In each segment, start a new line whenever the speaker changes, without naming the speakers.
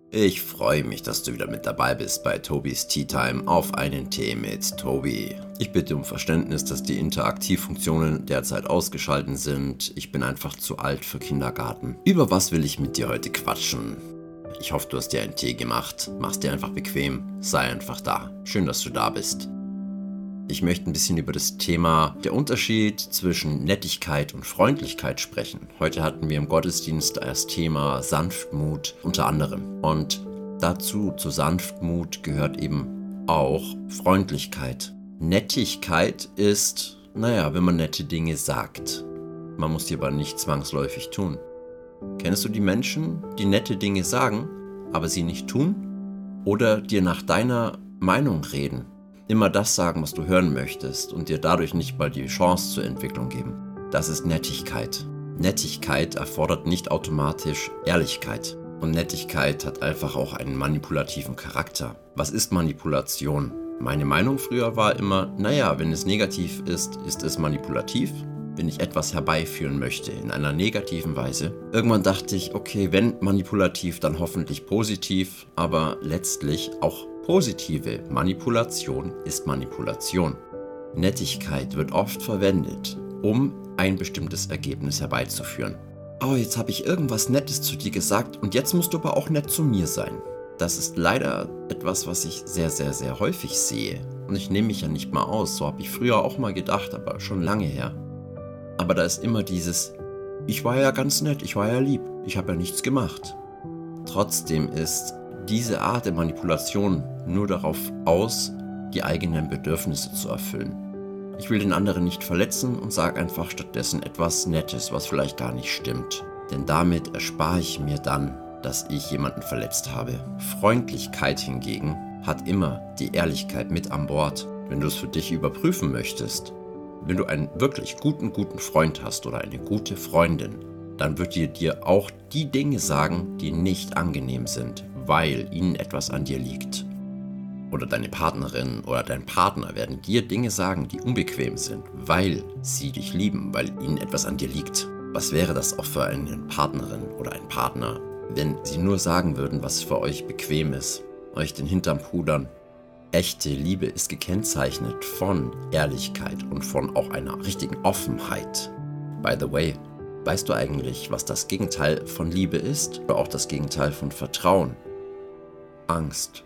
Ich freue mich, dass du wieder mit dabei bist bei Tobis Tea Time auf einen Tee mit Tobi. Ich bitte um Verständnis, dass die Interaktivfunktionen derzeit ausgeschaltet sind. Ich bin einfach zu alt für Kindergarten. Über was will ich mit dir heute quatschen? Ich hoffe, du hast dir einen Tee gemacht. Mach's dir einfach bequem. Sei einfach da. Schön, dass du da bist. Ich möchte ein bisschen über das Thema der Unterschied zwischen Nettigkeit und Freundlichkeit sprechen. Heute hatten wir im Gottesdienst das Thema Sanftmut unter anderem. Und dazu, zu Sanftmut, gehört eben auch Freundlichkeit. Nettigkeit ist, wenn man nette Dinge sagt. Man muss die aber nicht zwangsläufig tun. Kennst du die Menschen, die nette Dinge sagen, aber sie nicht tun? Oder dir nach deiner Meinung reden? Immer das sagen, was du hören möchtest und dir dadurch nicht mal die Chance zur Entwicklung geben. Das ist Nettigkeit. Nettigkeit erfordert nicht automatisch Ehrlichkeit. Und Nettigkeit hat einfach auch einen manipulativen Charakter. Was ist Manipulation? Meine Meinung früher war immer, wenn es negativ ist, ist es manipulativ. Wenn ich etwas herbeiführen möchte in einer negativen Weise. Irgendwann dachte ich, okay, wenn manipulativ, dann hoffentlich positiv, aber letztlich auch positive Manipulation ist Manipulation. Nettigkeit wird oft verwendet, um ein bestimmtes Ergebnis herbeizuführen. Oh, jetzt habe ich irgendwas Nettes zu dir gesagt und jetzt musst du aber auch nett zu mir sein. Das ist leider etwas, was ich sehr, sehr, sehr häufig sehe. Und ich nehme mich ja nicht mal aus, so habe ich früher auch mal gedacht, aber schon lange her. Aber da ist immer dieses, ich war ja ganz nett, ich war ja lieb, ich habe ja nichts gemacht. Trotzdem ist diese Art der Manipulation nur darauf aus, die eigenen Bedürfnisse zu erfüllen. Ich will den anderen nicht verletzen und sage einfach stattdessen etwas Nettes, was vielleicht gar nicht stimmt. Denn damit erspare ich mir dann, dass ich jemanden verletzt habe. Freundlichkeit hingegen hat immer die Ehrlichkeit mit an Bord. Wenn du es für dich überprüfen möchtest, wenn du einen wirklich guten Freund hast oder eine gute Freundin, dann wird dir auch die Dinge sagen, die nicht angenehm sind, weil ihnen etwas an dir liegt. Oder deine Partnerin oder dein Partner werden dir Dinge sagen, die unbequem sind, weil sie dich lieben, weil ihnen etwas an dir liegt. Was wäre das auch für eine Partnerin oder ein Partner, wenn sie nur sagen würden, was für euch bequem ist, euch den Hintern pudern? Echte Liebe ist gekennzeichnet von Ehrlichkeit und von auch einer richtigen Offenheit. By the way, weißt du eigentlich, was das Gegenteil von Liebe ist? Oder auch das Gegenteil von Vertrauen? Angst.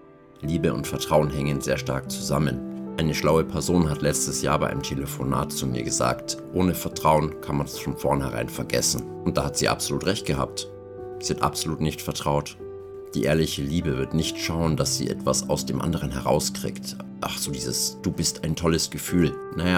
Liebe und Vertrauen hängen sehr stark zusammen. Eine schlaue Person hat letztes Jahr bei einem Telefonat zu mir gesagt, ohne Vertrauen kann man es von vornherein vergessen. Und da hat sie absolut recht gehabt. Sie hat absolut nicht vertraut. Die ehrliche Liebe wird nicht schauen, dass sie etwas aus dem anderen herauskriegt. Ach so, dieses du bist ein tolles Gefühl.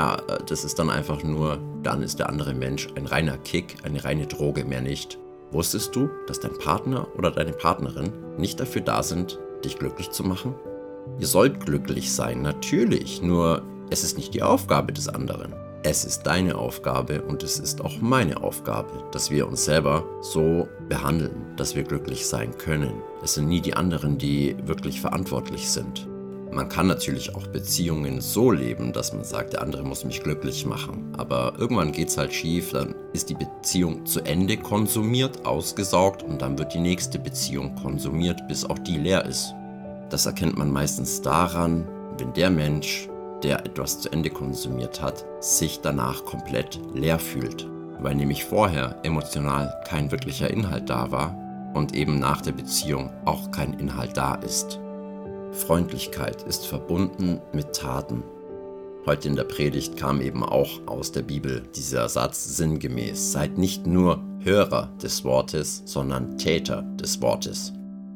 Das ist dann einfach nur, dann ist der andere Mensch ein reiner Kick, eine reine Droge, mehr nicht. Wusstest du, dass dein Partner oder deine Partnerin nicht dafür da sind, dich glücklich zu machen? Ihr sollt glücklich sein, natürlich, nur es ist nicht die Aufgabe des anderen. Es ist deine Aufgabe und es ist auch meine Aufgabe, dass wir uns selber so behandeln, dass wir glücklich sein können. Es sind nie die anderen, die wirklich verantwortlich sind. Man kann natürlich auch Beziehungen so leben, dass man sagt, der andere muss mich glücklich machen. Aber irgendwann geht's halt schief, dann ist die Beziehung zu Ende konsumiert, ausgesaugt und dann wird die nächste Beziehung konsumiert, bis auch die leer ist. Das erkennt man meistens daran, wenn der Mensch, der etwas zu Ende konsumiert hat, sich danach komplett leer fühlt. Weil nämlich vorher emotional kein wirklicher Inhalt da war und eben nach der Beziehung auch kein Inhalt da ist. Freundlichkeit ist verbunden mit Taten. Heute in der Predigt kam eben auch aus der Bibel dieser Satz sinngemäß: Seid nicht nur Hörer des Wortes, sondern Täter des Wortes.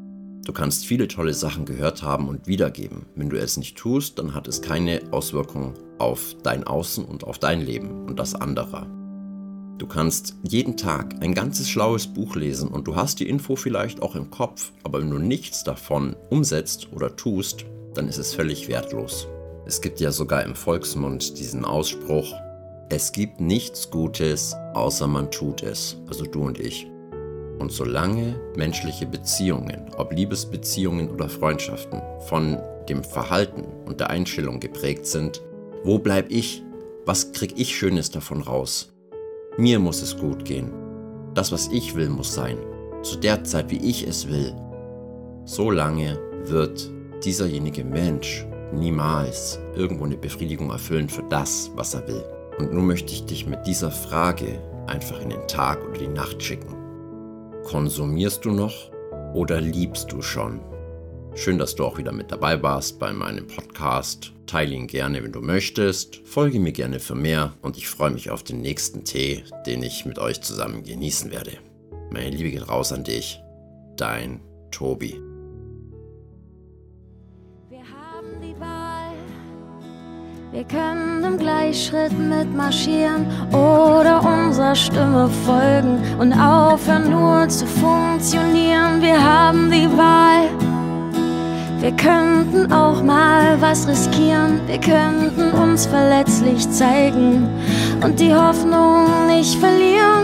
Du kannst viele tolle Sachen gehört haben und wiedergeben. Wenn du es nicht tust, dann hat es keine Auswirkung auf dein Außen und auf dein Leben und das anderer. Du kannst jeden Tag ein ganzes schlaues Buch lesen und du hast die Info vielleicht auch im Kopf, aber wenn du nichts davon umsetzt oder tust, dann ist es völlig wertlos. Es gibt ja sogar im Volksmund diesen Ausspruch: Es gibt nichts Gutes, außer man tut es, also du und ich. Und solange menschliche Beziehungen, ob Liebesbeziehungen oder Freundschaften, von dem Verhalten und der Einstellung geprägt sind, wo bleib ich? Was krieg ich Schönes davon raus? Mir muss es gut gehen. Das, was ich will, muss sein. Zu der Zeit, wie ich es will. so lange wird dieserjenige Mensch niemals irgendwo eine Befriedigung erfüllen für das, was er will. Und nun möchte ich dich mit dieser Frage einfach in den Tag oder die Nacht schicken. Konsumierst du noch oder liebst du schon? Schön, dass du auch wieder mit dabei warst bei meinem Podcast. Teile ihn gerne, wenn du möchtest. Folge mir gerne für mehr und ich freue mich auf den nächsten Tee, den ich mit euch zusammen genießen werde. Meine Liebe geht raus an dich. Dein Tobi.
Wir haben die Wahl. Wir können im Gleichschritt mitmarschieren oder unserer Stimme folgen und aufhören nur zu funktionieren. Wir haben die Wahl. Wir könnten auch mal was riskieren. Wir könnten uns verletzlich zeigen und die Hoffnung nicht verlieren.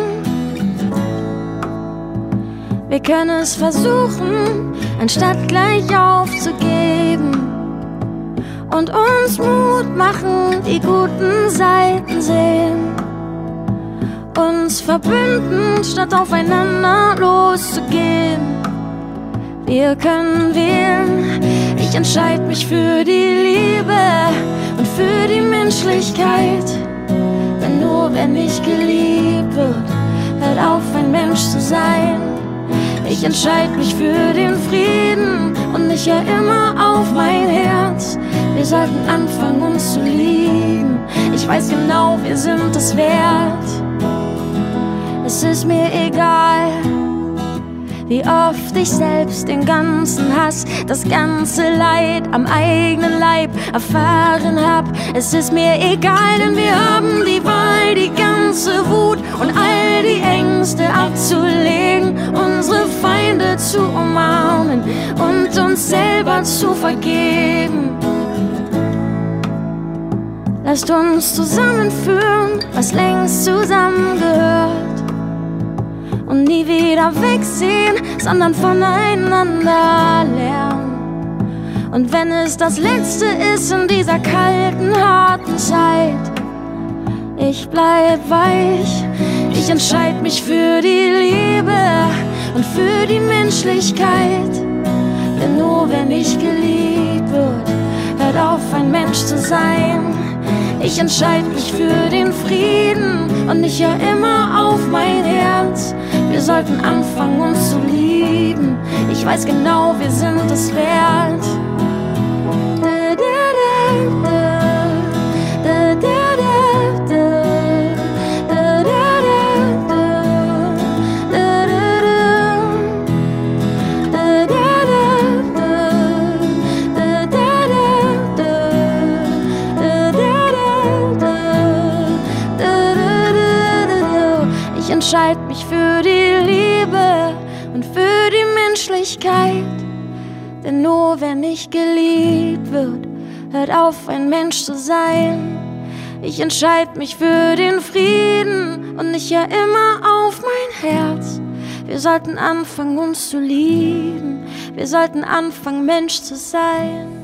Wir können es versuchen, anstatt gleich aufzugeben und uns Mut machen, die guten Seiten sehen. Uns verbünden, statt aufeinander loszugehen. Wir können wählen, ich entscheide mich für die Liebe und für die Menschlichkeit. Denn nur wer nicht geliebt wird, hört auf, ein Mensch zu sein. Ich entscheide mich für den Frieden und ich höre immer auf mein Herz. Wir sollten anfangen, uns zu lieben. Ich weiß genau, wir sind es wert. Es ist mir egal, wie oft ich selbst den ganzen Hass, das ganze Leid am eigenen Leib erfahren hab. Es ist mir egal, denn wir haben die Wahl, die ganze Wut und all die Ängste abzulegen, unsere Feinde zu umarmen und uns selber zu vergeben. Lasst uns zusammenführen, was längst zusammengehört. Und nie wieder wegsehen, sondern voneinander lernen. Und wenn es das Letzte ist in dieser kalten, harten Zeit, ich bleib weich. Ich entscheide mich für die Liebe und für die Menschlichkeit. Denn nur wer nicht geliebt wird, hört auf, ein Mensch zu sein. Ich entscheide mich für den Frieden und ich höre immer auf mein Herz. Wir sollten anfangen, uns zu lieben. Ich weiß genau, wir sind es wert. Ich entscheide mich für die Liebe und für die Menschlichkeit. Denn nur wer nicht geliebt wird, hört auf, ein Mensch zu sein. Ich entscheide mich für den Frieden und ich höre immer auf mein Herz. Wir sollten anfangen, uns zu lieben. Wir sollten anfangen, Mensch zu sein.